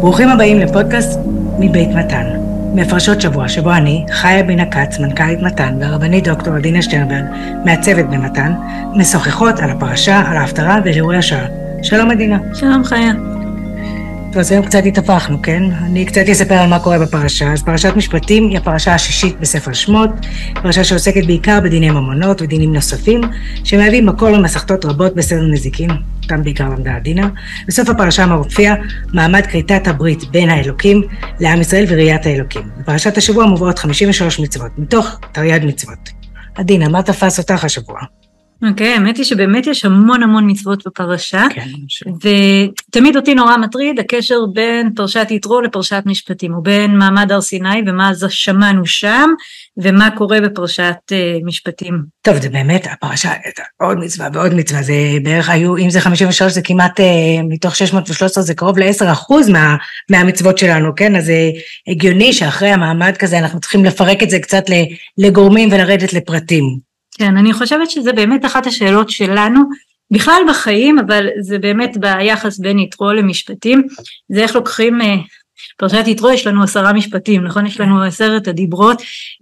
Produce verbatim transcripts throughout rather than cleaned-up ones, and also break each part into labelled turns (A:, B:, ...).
A: ברוכים הבאים לפודקאסט מבית מתן, מפרשות שבוע, שבו אני, חיה בינה כץ, מנכ"לית מתן, והרבנית דוקטור עדינה שטרנברג, מעצבת במתן, משוחחות על הפרשה, על ההפטרה ולאירועי השעה. שלום עדינה.
B: שלום חיה.
A: אז היום קצת התהפכנו, כן? אני קצת אספר על מה קורה בפרשה. אז פרשת משפטים היא הפרשה השישית בספר שמות, פרשה שעוסקת בעיקר בדיני ממונות ודינים נוספים, שמהווים מקור למסכתות רבות בסדר נזיקין, אותם בעיקר למדה עדינה. בסוף הפרשה מופיע מעמד כריתת הברית בין האלוקים לעם ישראל וראיית האלוקים. בפרשת השבוע מובאות חמישים ושלוש מצוות, מתוך תרי"ג מצוות. עדינה, מה תפס אותך השבוע?
B: אוקיי, okay, האמת היא שבאמת יש המון המון מצוות בפרשה,
A: כן,
B: ותמיד אותי נורא מטריד הקשר בין פרשת יתרו לפרשת משפטים, ובין מעמד הר סיני ומה שמענו שם, ומה קורה בפרשת uh, משפטים.
A: טוב, זה באמת, הפרשה, עוד מצווה ועוד מצווה, זה בערך היו, אם זה חמישים ושלוש, זה כמעט, uh, מתוך שש מאות ושלוש עשרה, זה קרוב ל-עשרה אחוז מה, מהמצוות שלנו, כן? אז זה הגיוני שאחרי המעמד כזה, אנחנו צריכים לפרק את זה קצת לגורמים ולרדת לפרטים.
B: כן, אני חושבת שזה באמת אחת השאלות שלנו, בכלל בחיים, אבל זה באמת ביחס בין יתרו למשפטים, זה איך לוקחים, פרשת יתרו יש לנו עשרה משפטים, נכון? יש לנו עשרת הדיברות,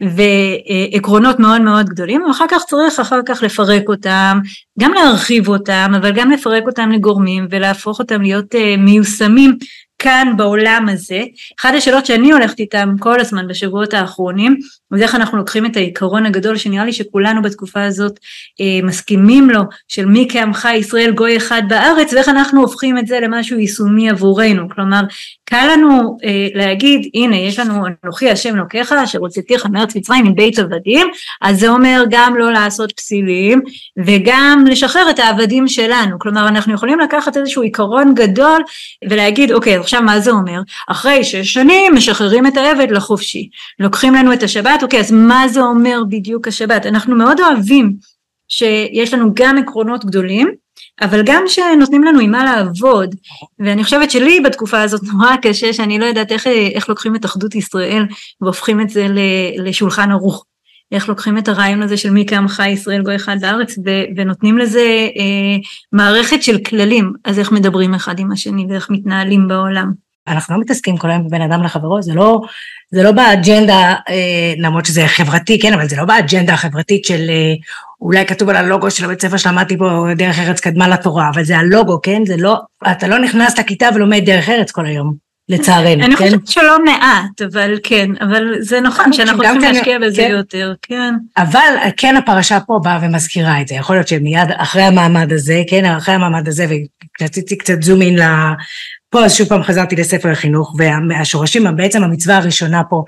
B: ועקרונות מאוד מאוד גדולים, ואחר כך צריך אחר כך לפרק אותם, גם להרחיב אותם, אבל גם לפרק אותם לגורמים, ולהפוך אותם להיות מיושמים, כאן בעולם הזה. אחד השאלות שאני הולכת איתם כל הזמן בשבועות האחרונים, וזה איך אנחנו לוקחים את העיקרון הגדול שנראה לי שכולנו בתקופה הזאת אה, מסכימים לו, של מי כעמך ישראל גוי אחד בארץ, ואיך אנחנו הופכים את זה למשהו יישומי עבורנו. כלומר, קל לנו אה, להגיד, הנה יש לנו אנוכי השם לוקחה, אשר הוצאתיך מארץ מצרים מבית עבדים, אז זה אומר גם לא לעשות פסילים, וגם לשחרר את העבדים שלנו. כלומר, אנחנו יכולים לקחת איזשהו עיקרון גדול, ולהגיד, אוקיי, עכשיו מה זה אומר? אחרי שש שנים משחררים את העבד לחופשי, לוקחים לנו את השבת, אוקיי, אז מה זה אומר בדיוק השבת? אנחנו מאוד אוהבים שיש לנו גם עקרונות גדולים, אבל גם שנותנים לנו עם מה לעבוד, ואני חושבת שלי בתקופה הזאת נורא קשה, שאני לא יודעת איך, איך לוקחים את אחדות ישראל, והופכים את זה לשולחן ערוך, איך לוקחים את הרעיון הזה של מי כעמך ישראל גוי אחד בארץ, ונותנים לזה אה, מערכת של כללים, אז איך מדברים אחד עם השני, ואיך מתנהלים בעולם.
A: אנחנו לא מתעסקים כל היום בבין אדם לחברו, זה לא, זה לא באג'נדה, אה, למרות שזה חברתי, כן, אבל זה לא באג'נדה החברתית של, אה, אולי כתוב על הלוגו של הבית ספר שלמדתי בו, דרך ארץ קדמה לתורה, אבל זה הלוגו, כן, זה לא, אתה לא נכנס לכיתה ולומד דרך ארץ כל היום, לצערנו,
B: אני
A: כן?
B: חושבת שלא מעט, אבל כן, אבל זה נכון שאנחנו צריכים להשקיע בזה יותר, כן.
A: אבל כן הפרשה פה באה ומזכירה את זה, יכול להיות שמיד אחרי המעמד הזה, כן, אחרי המעמד הזה, ורציתי קצת זום אין ל... פה אז שוב פעם חזרתי לספר החינוך, והשורשים, בעצם המצווה הראשונה פה,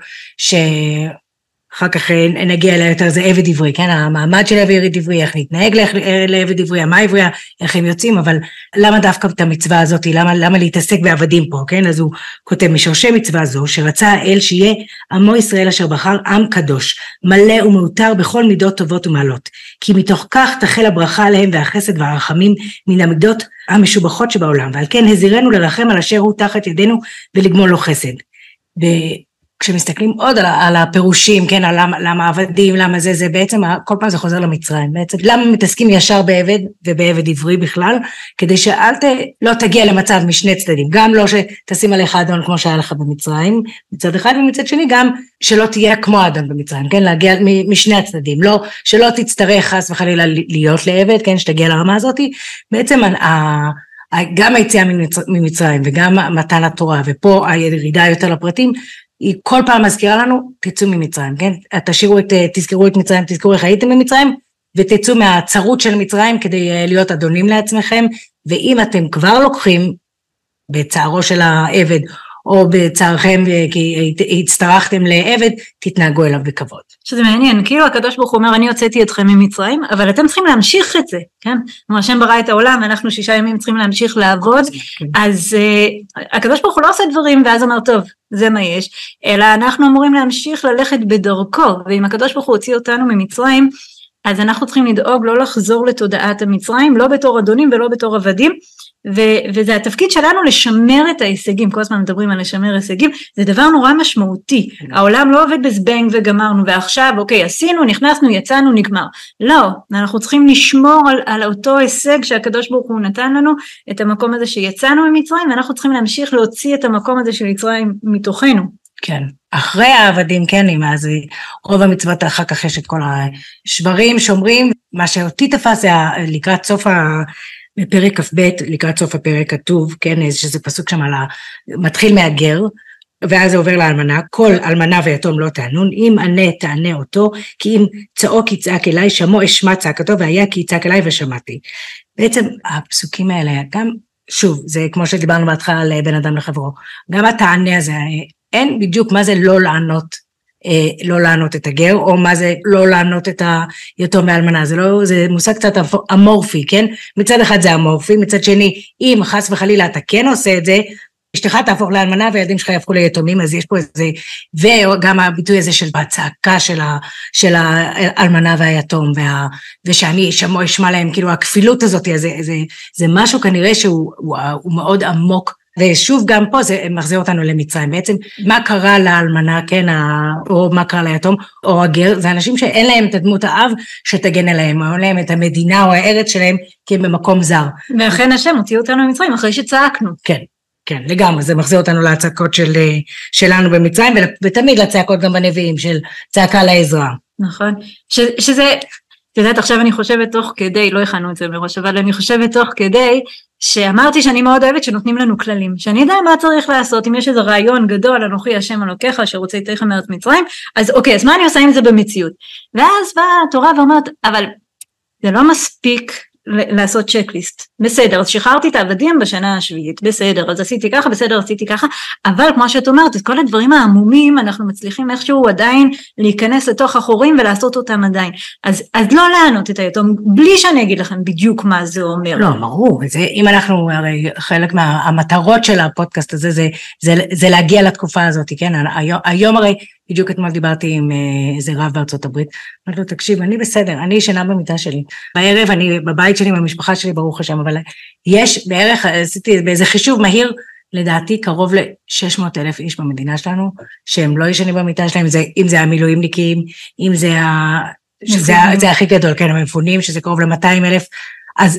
A: שאחר כך נגיע אליה יותר, זה עבד עברי, כן, המעמד של עבד עברי, איך נתנהג לעבד עברי, מה עברי, איך הם יוצאים, אבל למה דווקא את המצווה הזאת, למה, למה להתעסק בעבדים פה, כן, אז הוא כותב, משורשי מצווה זו, שרצה האל שיהיה עמו ישראל אשר בחר עם קדוש, מלא ומאותר בכל מידות טובות ומעלות, כי מתוך כך תחל הברכה עליהם והחסד והרחמים מן המידות המשובחות שבעולם, ועל כן הזירנו לרחם על אשר הוא תחת ידינו ולגמול לו חסד. וכשמסתכלים עוד על, על הפירושים, כן, על למה, למה עבדים, למה זה, זה בעצם, כל פעם זה חוזר למצרים, בעצם, למה מתעסקים ישר בעבד ובעבד עברי בכלל, כדי שאל ת, לא תגיע למצב משני צדדים, גם לא שתשים עליך אדון כמו שהיה לך במצרים, מצד אחד ומצד שני, גם שלא תהיה כמו אדון במצרים, כן, להגיע משני הצדדים, לא, שלא תצטרך חס וחלילה להיות לעבד, כן, שתגיע לרמה הזאת, בעצם גם היציאה ממצרים וגם מתן התורה, ופה הירידה יותר לפרטים, היא כל פעם מזכירה לנו, תצאו ממצרים, כן? תשאירו את, תזכרו את מצרים, תזכרו איך הייתם במצרים, ותצאו מהצרות של מצרים כדי להיות אדונים לעצמכם, ואם אתם כבר לוקחים בצערו של העבד, או בצערכם כי הצטרכתם לעבד, תתנהגו אליו בכבוד.
B: שזה מעניין, כאילו הקדוש ברוך הוא אומר, אני הוצאתי אתכם ממצרים, אבל אתם צריכים להמשיך את זה, כן? כמו השם ברא את העולם, ואנחנו שישה ימים צריכים להמשיך לעבוד, אז uh, הקדוש ברוך הוא לא עושה דברים, ואז אומר, טוב, זה מה יש, אלא אנחנו אמורים להמשיך ללכת בדרכו, ואם הקדוש ברוך הוא הוציא אותנו ממצרים, אז אנחנו צריכים לדאוג לא לחזור לתודעת המצרים, לא בתור אדונים ולא בתור עבדים, ו- וזה התפקיד שלנו לשמר את ההישגים, כל הזמן מדברים על לשמר הישגים, זה דבר נורא משמעותי, העולם לא עובד בזבנג וגמרנו, ועכשיו אוקיי עשינו, נכנסנו, יצאנו, נגמר, לא, אנחנו צריכים לשמור על, על אותו הישג שהקדוש ברוך הוא נתן לנו, את המקום הזה שיצאנו ממצרים, ואנחנו צריכים להמשיך להוציא את המקום הזה של מצרים מתוכנו.
A: כן, אחרי העבדים, כן, אז רוב המצוות אחר כך יש את כל השברים, שומרים, מה שאותי תפס זה לקראת סוף ה... בפרק כ"ב, לקראת סוף הפרק כתוב, כן, שזה פסוק שם על ה... מתחיל מהגר, ואז זה עובר לאלמנה, כל אלמנה ויתום לא תענון, אם ענה תענה אותו, כי אם צעוק יצעק אליי, שמו אשמע צעקתו, והיה כי יצעק אליי ושמעתי. בעצם הפסוקים האלה, גם, שוב, זה כמו שדיברנו בהתחלה על בין אדם לחברו, גם התענה הזה, אין בדיוק מה זה לא לענות, לא לענות את הגר, או מה זה לא לענות את היתום והאלמנה, זה לא, זה מושג קצת אמורפי, כן? מצד אחד זה אמורפי, מצד שני, אם חס וחלילה אתה כן עושה את זה, אשתך תהפוך לאלמנה והילדים שלך יהפכו ליתומים, אז יש פה איזה, וגם הביטוי הזה של הצעקה של, ה, של האלמנה והיתום, וה, ושאני שמו אשמע להם, כאילו הכפילות הזאת, זה, זה, זה משהו כנראה שהוא הוא, הוא מאוד עמוק, ושוב גם פה זה מחזיר אותנו למצרים, בעצם מה קרה לאלמנה, כן, או מה קרה ליתום, או הגר, זה אנשים שאין להם את הדמות האב שתגן עליהם, או אין להם את המדינה או הארץ שלהם, כי הם במקום זר.
B: ואכן השם הוציא אותנו ממצרים אחרי שצעקנו.
A: כן, כן, לגמרי, זה מחזיר אותנו להצעקות של, שלנו במצרים, ותמיד לצעקות גם בנביאים, של צעקה לעזרה.
B: נכון, ש, שזה... את יודעת, עכשיו אני חושבת תוך כדי, לא הכנו את זה מראש, אבל אני חושבת תוך כדי, שאמרתי שאני מאוד אוהבת שנותנים לנו כללים, שאני יודע מה צריך לעשות, אם יש איזה רעיון גדול, אנוכי השם אלוקיך, אשר רוצה יצאך מארץ מצרים, אז אוקיי, אז מה אני עושה עם זה במציאות? ואז באה התורה ואומרת, אבל זה לא מספיק לעשות צ'קליסט, בסדר, אז שחררתי את העבדים בשנה השביעית, בסדר, אז עשיתי ככה, בסדר, עשיתי ככה, אבל כמו שאת אומרת, את כל הדברים העמומים, אנחנו מצליחים איכשהו עדיין להיכנס לתוך החורים ולעשות אותם עדיין, אז, אז לא לענות את היתום, בלי שאני אגיד לכם בדיוק מה זה אומר.
A: לא, ברור, זה, אם אנחנו, הרי חלק מהמטרות של הפודקאסט הזה, זה, זה, זה להגיע לתקופה הזאת, כן, היום, היום הרי, בדיוק אתמול דיברתי עם איזה רב בארצות הברית, אמרתי לו, תקשיב, אני בסדר, אני ישנה במיטה שלי, בערב אני בבית שלי, במשפחה שלי, ברוך השם, אבל יש בערך, עשיתי באיזה חישוב מהיר, לדעתי קרוב ל-שש מאות אלף איש במדינה שלנו, שהם לא ישנים במיטה שלהם, זה, אם זה המילואימניקים, אם זה, ה, שזה, זה הכי גדול, כן, המפונים, שזה קרוב ל-מאתיים אלף, אז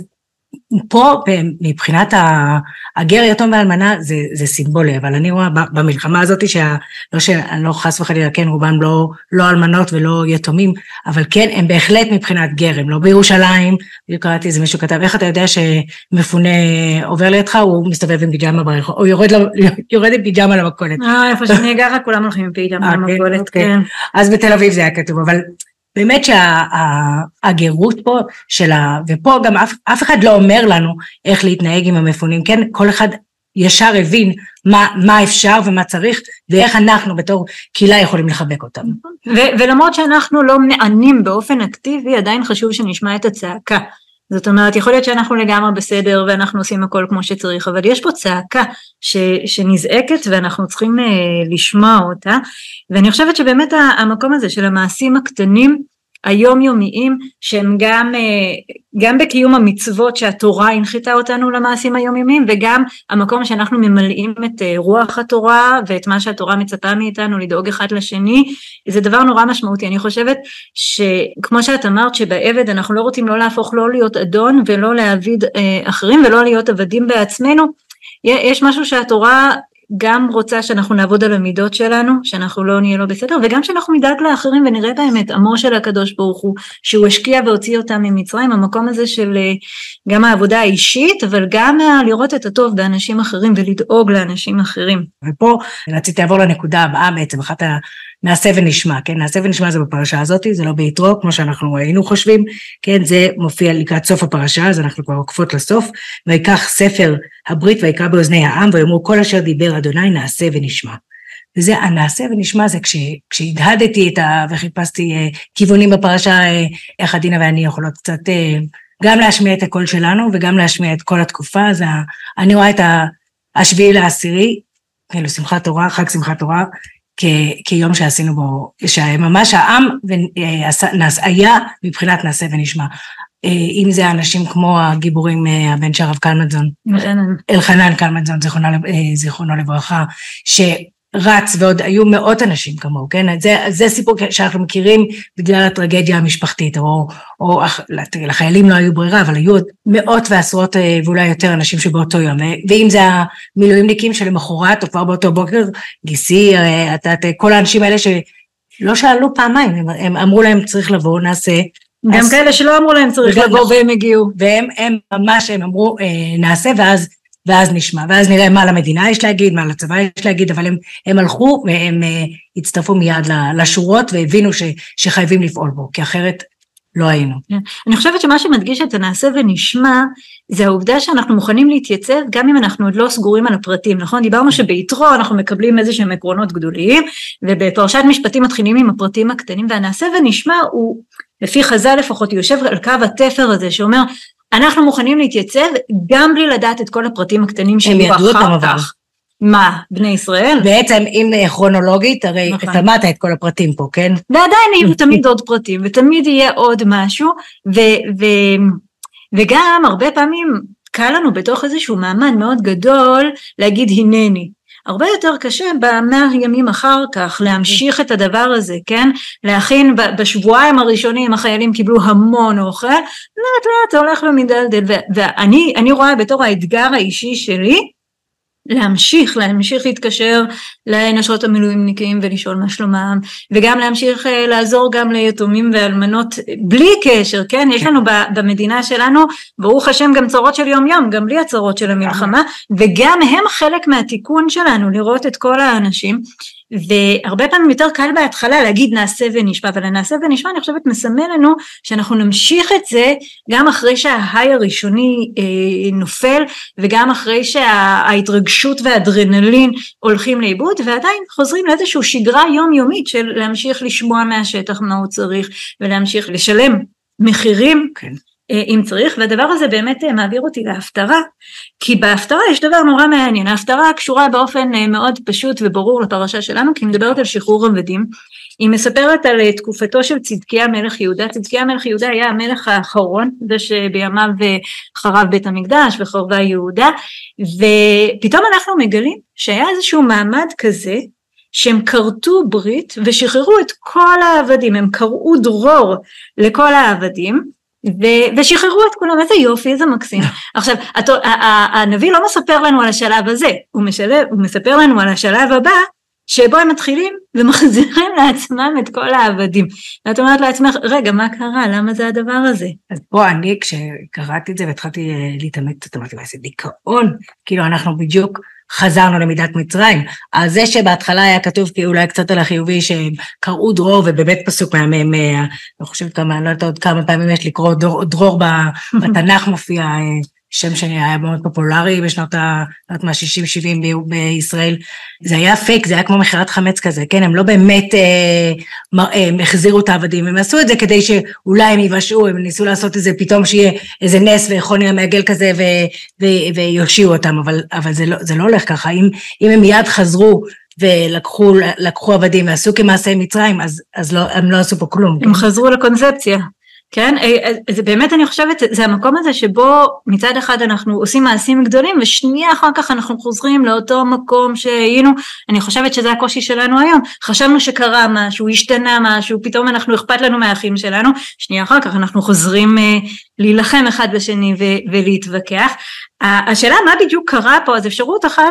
A: פה מבחינת הגר יתום והאלמנה זה, זה סימבולי, אבל אני רואה במלחמה הזאת שלא שאני לא חס וחלילה, כן, רובם לא, לא אלמנות ולא יתומים, אבל כן, הם בהחלט מבחינת גר, הם לא בירושלים, קראתי איזה מישהו כתב, איך אתה יודע שמפונה עובר לידך, הוא מסתובב עם פיג'מה ברחוב, או יורד, יורד עם פיג'מה למכולת.
B: אה, איפה שאני אגרה, כולם הולכים עם פיג'מה למכולת, כן.
A: אז בתל אביב זה היה כתוב, אבל באמת שהגרות פה שלה, ופה גם אף, אף אחד לא אומר לנו איך להתנהג עם המפונים, כן? כל אחד ישר הבין מה, מה אפשר ומה צריך, ואיך אנחנו בתור קהילה יכולים לחבק אותם.
B: ו- ולמרות שאנחנו לא נענים באופן אקטיבי, עדיין חשוב שנשמע את הצעקה. זאת אומרת, יכול להיות שאנחנו לגמרי בסדר, ואנחנו עושים הכל כמו שצריך, אבל יש פה צעקה ש- שנזעקת, ואנחנו צריכים uh, לשמוע אותה, ואני חושבת שבאמת המקום הזה של המעשים הקטנים, היומיומיים, שהם גם, גם בקיום המצוות שהתורה הנחיתה אותנו למעשים היומיומיים, וגם המקום שאנחנו ממלאים את רוח התורה, ואת מה שהתורה מצפה מאיתנו לדאוג אחד לשני, זה דבר נורא משמעותי. אני חושבת שכמו שאת אמרת, שבעבד אנחנו לא רוצים לא להפוך לא להיות אדון, ולא להעביד אחרים, ולא להיות עבדים בעצמנו, יש משהו שהתורה גם רוצה שאנחנו נעבוד על המידות שלנו, שאנחנו לא נהיה לא בסדר, וגם שאנחנו נדאג לאחרים ונראה בהם את עמו של הקדוש ברוך הוא, שהוא השקיע והוציא אותם ממצרים, המקום הזה של גם העבודה האישית, אבל גם לראות את הטוב באנשים אחרים ולדאוג לאנשים אחרים.
A: ופה רציתי לעבור לנקודה הבאה בעצם, אחת ה... נעשה ונשמע, כן, נעשה ונשמע זה בפרשה הזאת, זה לא ביתרו, כמו שאנחנו היינו חושבים, כן, זה מופיע לקראת סוף הפרשה, אז אנחנו כבר עוקפות לסוף, ויקח ספר הברית ויקרא באוזני העם, ויאמרו כל אשר דיבר אדוני נעשה ונשמע. וזה, הנעשה ונשמע זה כש, כשהדהדתי את ה... וחיפשתי אה, כיוונים בפרשה, אה, איך עדינה ואני יכולות קצת, אה, גם להשמיע את הקול שלנו, וגם להשמיע את כל התקופה, אז ה, אני רואה את השביעי לעשירי, כאילו שמחת תורה, חג שמחת תורה, כיום שעשינו בו, שממש העם היה מבחינת נעשה ונשמע. אם זה האנשים כמו הגיבורים, הבן שרף קלמנזון, אלחנן קלמנזון, זיכרונו לברכה, שרץ ועוד היו מאות אנשים כמוהו, כן? זה, זה סיפור שאנחנו מכירים בגלל הטרגדיה המשפחתית, או, או לחיילים לא היו ברירה, אבל היו מאות ועשרות ואולי יותר אנשים שבאותו יום, ואם זה המילואימניקים שלמחרת, או כבר באותו בוקר, גיסי, כל האנשים האלה שלא שאלו פעמיים, הם, הם אמרו להם צריך לבוא, נעשה,
B: גם אז, כאלה שלא אמרו להם צריך לבוא והם הגיעו.
A: והם הם ממש, הם אמרו אה, נעשה ואז, ואז נשמע, ואז נראה מה למדינה יש להגיד, מה לצבא יש להגיד, אבל הם, הם הלכו והם אה, הצטרפו מיד לשורות והבינו ש, שחייבים לפעול בו, כי אחרת לא היינו.
B: אני חושבת שמה שמדגיש את הנעשה ונשמע, זה העובדה שאנחנו מוכנים להתייצב, גם אם אנחנו עוד לא סגורים על הפרטים, נכון? דיברנו שביתרו אנחנו מקבלים איזה שהם עקרונות גדולים, ובפרשת משפטים מתחילים עם הפרטים הקטנים, והנעשה ונשמע הוא, לפי חז"ל לפחות, יושב על קו התפר הזה, שאומר, אנחנו מוכנים להתייצב, גם בלי לדעת את כל הפרטים הקטנים שיהיו אחר כך. מה, בני ישראל?
A: בעצם אם כרונולוגית, הרי שמעת את כל הפרטים פה, כן?
B: ועדיין יהיו תמיד עוד פרטים, ותמיד יהיה עוד משהו, וגם הרבה פעמים קל לנו בתוך איזשהו מעמד מאוד גדול, להגיד הנני. הרבה יותר קשה במאה ימים אחר כך, להמשיך את הדבר הזה, כן? להכין בשבועיים הראשונים, החיילים קיבלו המון אוכל, לאט לאט זה הולך ומדלדל, ואני אני רואה בתור האתגר האישי שלי, להמשיך, להמשיך להתקשר לנשות המילואימניקים ולשאול מה שלומם, וגם להמשיך לעזור גם ליתומים ואלמנות בלי קשר, כן? יש לנו במדינה שלנו, ברוך השם גם צרות של יום יום, גם בלי הצרות של המלחמה, וגם הם חלק מהתיקון שלנו, לראות את כל האנשים, והרבה פעמים יותר קל בהתחלה להגיד נעשה ונשמע, אבל הנעשה ונשמע אני חושבת מסמל לנו שאנחנו נמשיך את זה גם אחרי שההיי הראשוני אה, נופל, וגם אחרי שההתרגשות והאדרנלין הולכים לאיבוד, ועדיין חוזרים לאיזשהו שגרה יומיומית של להמשיך לשמוע מהשטח מה הוא צריך, ולהמשיך לשלם מחירים, כן. אם צריך, והדבר הזה באמת מעביר אותי להפטרה, כי בהפטרה יש דבר נורא מעניין, ההפטרה קשורה באופן מאוד פשוט וברור לפרשה שלנו, כי היא מדברת על שחרור עבדים, היא מספרת על תקופתו של צדקיה מלך יהודה, צדקיה מלך יהודה היה המלך האחרון, זה שבימיו חרב בית המקדש וחרבה יהודה, ופתאום אנחנו מגלים שהיה איזשהו מעמד כזה, שהם קרתו ברית ושחררו את כל העבדים, הם קראו דרור לכל העבדים, ושחררו את כולם, איזה יופי, איזה מקסים. עכשיו, הנביא לא מספר לנו על השלב הזה, הוא מספר לנו על השלב הבא, שבו הם מתחילים ומחזירים לעצמם את כל העבדים. ואת אומרת לעצמך, רגע, מה קרה? למה זה הדבר הזה?
A: אז פה אני, כשקראתי את זה והתחלתי להתאמץ, זאת אומרת, זה דיכאון, כאילו אנחנו בדיוק חזרנו למידת מצרים, אז זה שבהתחלה היה כתוב כי אולי קצת על החיובי שהם קראו דרור, ובאמת פסוק מהמם, אני חושבת כמה, אני לא יודעת עוד כמה פעמים יש לקרוא דרור, דרור בתנ"ך מופיע, שם שהיה מאוד פופולרי בשנות ה-שישים שבעים בישראל, זה היה פייק, זה היה כמו מחירת חמץ כזה, כן, הם לא באמת אה, הם החזירו את העבדים, הם עשו את זה כדי שאולי הם יבשעו, הם ניסו לעשות איזה, פתאום שיהיה איזה נס ויכוני המעגל כזה ו, ו, ויושיעו אותם, אבל, אבל זה, לא, זה לא הולך ככה, אם, אם הם מיד חזרו ולקחו לקחו עבדים ועשו כמעשה מצרים, אז, אז לא, הם לא עשו פה כלום.
B: הם כן? חזרו לקונספציה. כן, זה באמת אני חושבת, זה המקום הזה שבו מצד אחד אנחנו עושים מעשים גדולים, ושנייה אחר כך אנחנו חוזרים לאותו מקום שהיינו, אני חושבת שזה הקושי שלנו היום, חשבנו שקרה משהו, השתנה משהו, פתאום אנחנו אכפת לנו מהאחים שלנו, שנייה אחר כך אנחנו חוזרים להילחם אחד בשני ולהתווכח. השאלה מה בדיוק קרה פה, אז אפשרות אחת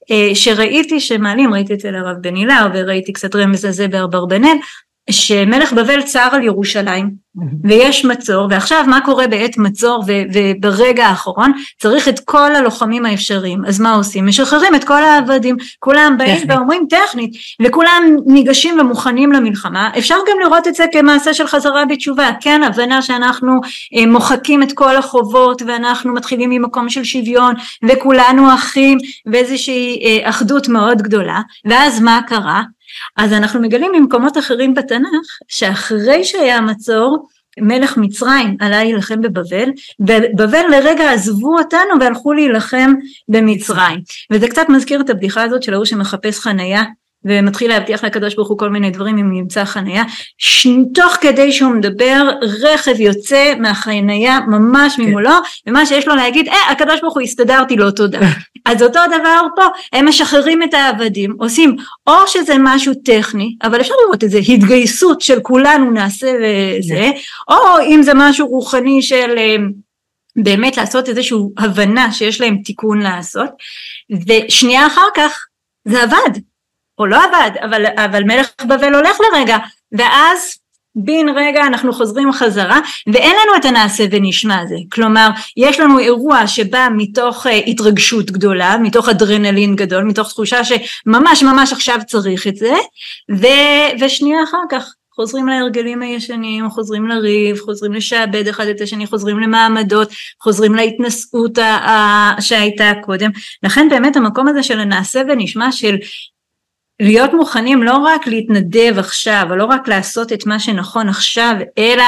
B: שראיתי שמעלים, ראיתי אצל הרב בן הילה, וראיתי קצת רמז הזה באברבנאל, שמלך בבל צר על ירושלים, ויש מצור, ועכשיו מה קורה בעת מצור, וברגע האחרון, צריך את כל הלוחמים האפשריים, אז מה עושים? משחררים את כל העבדים, כולם באים ואומרים טכנית, וכולם ניגשים ומוכנים למלחמה, אפשר גם לראות את זה כמעשה של חזרה בתשובה, כן, הבנה שאנחנו מוחקים את כל החובות, ואנחנו מתחילים ממקום של שוויון, וכולנו אחים, ואיזושהי אחדות מאוד גדולה, ואז מה קרה? אז אנחנו מגלים ממקומות אחרים בתנ"ך, שאחרי שהיה מצור, מלך מצרים עלה להילחם בבבל, ובבל לרגע עזבו אותנו והלכו להילחם במצרים. וזה קצת מזכיר את הבדיחה הזאת של ההוא שמחפש חנייה ומתחיל להבטיח לקדוש ברוך הוא כל מיני דברים אם נמצא חנייה, תוך כדי שהוא מדבר, רכב יוצא מהחנייה ממש ממולו, ומה שיש לו להגיד, אה, הקדוש ברוך הוא הסתדרתי לו תודה. אז אותו דבר פה, הם משחררים את העבדים, עושים, או שזה משהו טכני, אבל אפשר לראות את זה, התגייסות של כולנו נעשה וזה, או אם זה משהו רוחני של באמת לעשות איזושהי הבנה שיש להם תיקון לעשות, ושנייה אחר כך זה עבד, או לא עבד, אבל, אבל מלך בבל הולך לרגע, ואז בין רגע אנחנו חוזרים חזרה, ואין לנו את הנעשה ונשמע הזה, כלומר יש לנו אירוע שבא מתוך התרגשות גדולה, מתוך אדרנלין גדול, מתוך תחושה שממש ממש עכשיו צריך את זה, ו, ושנייה אחר כך חוזרים להרגלים הישנים, חוזרים לריב, חוזרים לשעבד אחד את השני, חוזרים למעמדות, חוזרים להתנסות שהייתה קודם, לכן באמת המקום הזה של הנעשה ונשמע של להיות מוכנים לא רק להתנדב עכשיו, או לא רק לעשות את מה שנכון עכשיו, אלא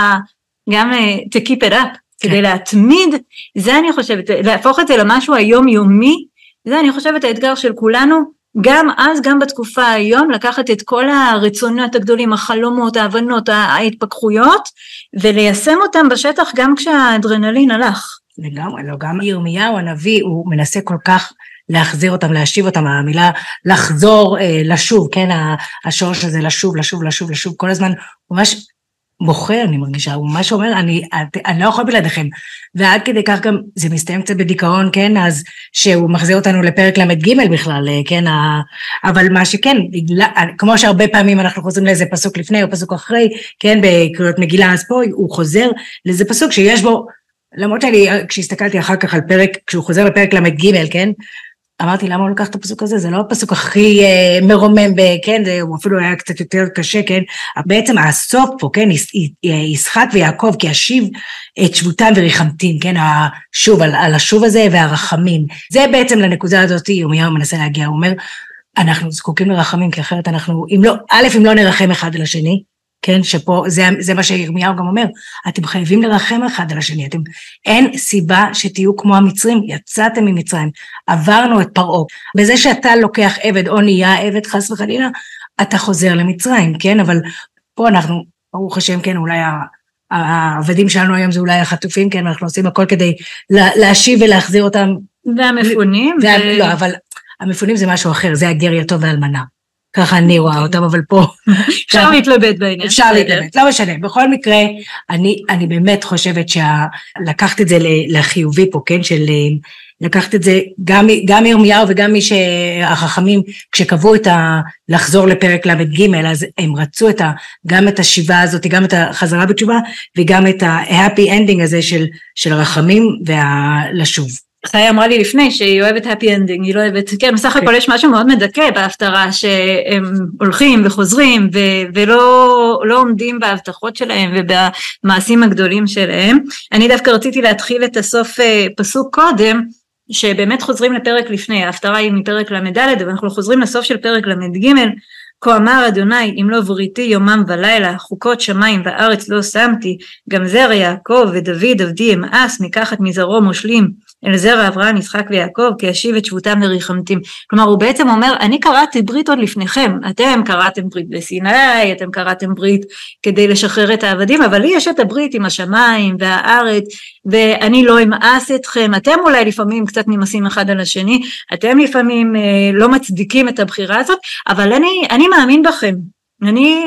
B: גם to keep it up, כדי להתמיד, זה אני חושבת, להפוך את זה למשהו היומיומי, זה אני חושבת האתגר של כולנו, גם אז, גם בתקופה היום, לקחת את כל הרצונות הגדולים, החלומות, ההבנות, ההתפכחויות, וליישם אותם בשטח גם כשהאדרנלין הלך.
A: לגמרי, לא, גם ירמיהו הנביא, הוא מנסה כל כך להחזיר אותם, להשיב אותם, המילה לחזור, לשוב, כן, השורש הזה, לשוב, לשוב, לשוב, לשוב, כל הזמן, הוא ממש בוחר, אני מרגישה, הוא ממש אומר, אני, אני לא יכול בלעדיכם, ועד כדי כך גם, זה מסתיים קצת בדיכאון, כן, אז שהוא מחזיר אותנו לפרק למד ג' בכלל, כן, אבל מה שכן, כמו שהרבה פעמים אנחנו חוזרים לאיזה פסוק לפני, או פסוק אחרי, כן, בקריאות מגילה, אז פה הוא חוזר לאיזה פסוק שיש בו, למרות שאני, כשהסתכלתי אחר כך על פרק, כשהוא חוזר לפרק למד ג', כן, אמרתי, למה הוא לקח את הפסוק הזה? זה לא הפסוק הכי אה, מרומם, כן, זה, הוא אפילו היה קצת יותר קשה, כן, בעצם הסוף פה, כן, ישחק ויעקב, כי אשיב את שבותם וריחמתים, כן, השוב, על, על השוב הזה והרחמים, זה בעצם לנקודה הזאת, ירמיהו מנסה להגיע, הוא אומר, אנחנו זקוקים לרחמים, כי אחרת אנחנו, אם לא, א', אם לא נרחם אחד על השני, כן, שפה, זה, זה מה שירמיהו גם אומר, אתם חייבים לרחם אחד על השני, אתם, אין סיבה שתהיו כמו המצרים, יצאתם ממצרים, עברנו את פרעה, בזה שאתה לוקח עבד או נהיה עבד חס וחלילה, אתה חוזר למצרים, כן, אבל פה אנחנו, ברוך השם, כן, אולי העבדים שלנו היום זה אולי החטופים, כן, אנחנו עושים הכל כדי להשיב ולהחזיר אותם.
B: והמפונים.
A: וה, ו... לא, אבל המפונים זה משהו אחר, זה הגר יתום ואלמנה. ככה אני רואה אותם, אבל פה
B: אפשר להתלבט בעניין.
A: אפשר להתלבט, לא משנה. בכל מקרה, אני, אני באמת חושבת שלקחת את זה לחיובי פה, כן, של לקחת את זה, גם, גם ירמיהו וגם מי שהחכמים, כשקבעו את ה, לחזור לפרק למד ג', אז הם רצו את ה, גם את השיבה הזאת, גם את החזרה בתשובה, וגם את ה-happy ending הזה של, של הרחמים והלשוב.
B: חיה אמרה לי לפני שהיא אוהבת happy ending, היא לא אוהבת, כן, בסך הכל יש משהו מאוד מדכא בהפטרה, שהם הולכים וחוזרים, ו- ולא לא עומדים בהבטחות שלהם, ובמעשים הגדולים שלהם. אני דווקא רציתי להתחיל את הסוף פסוק קודם, שבאמת חוזרים לפרק לפני, ההפטרה היא מפרק למד ד', ואנחנו חוזרים לסוף של פרק למד ג', כה אמר אדוני, אם לא בריתי יומם ולילה, חוקות שמיים וארץ לא שמתי, גם זרע יעקב ודוד עבדי אמאס, מקחת מזרעו מושלים, אל זרע אברהם יצחק ויעקב, כי אשיב את שבותם וריחמתים. כלומר, הוא בעצם אומר, אני קראתי ברית עוד לפניכם, אתם קראתם ברית בסיני, אתם קראתם ברית כדי לשחרר את העבדים, אבל לי יש את הברית עם השמיים והארץ, ואני לא אמאס אתכם, אתם אולי לפעמים קצת נמאסים אחד על השני, אתם לפעמים אה, לא מצדיקים את הבחירה הזאת, אבל אני, אני מאמין בכם, אני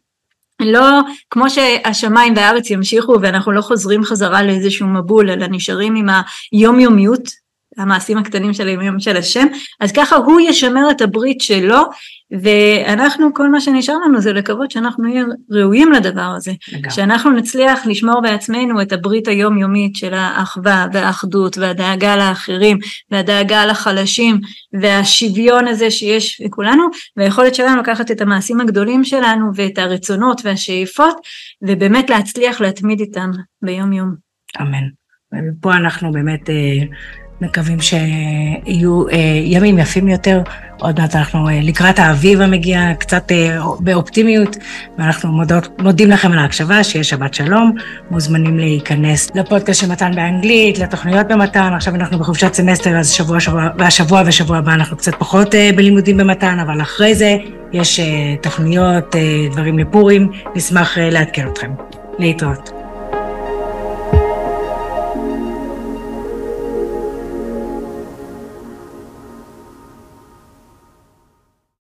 B: לא, כמו שהשמיים והארץ ימשיכו, ואנחנו לא חוזרים חזרה לאיזשהו מבול, אלא נשארים עם היומיומיות, המעשים הקטנים של היומיום של השם, אז ככה הוא ישמר את הברית שלו, ואנחנו, כל מה שנשאר לנו זה לקוות שאנחנו נהיה ראויים לדבר הזה, לגב. שאנחנו נצליח לשמור בעצמנו את הברית היומיומית של האחווה והאחדות והדאגה לאחרים והדאגה לחלשים והשוויון הזה שיש לכולנו, והיכולת שלנו לקחת את המעשים הגדולים שלנו ואת הרצונות והשאיפות, ובאמת להצליח להתמיד איתם ביום יום.
A: אמן. ופה אנחנו באמת מקווים שיהיו ימים יפים יותר. עוד מעט אנחנו לקראת האביב המגיע, קצת באופטימיות, ואנחנו מודות, מודים לכם על ההקשבה, שיהיה שבת שלום, מוזמנים להיכנס לפודקאסט של מתן באנגלית, לתוכניות במתן, עכשיו אנחנו בחופשת סמסטר, אז שבוע, שבוע, והשבוע ושבוע הבא אנחנו קצת פחות בלימודים במתן, אבל אחרי זה יש תוכניות, דברים לפורים, נשמח לעדכן אתכם. להתראות.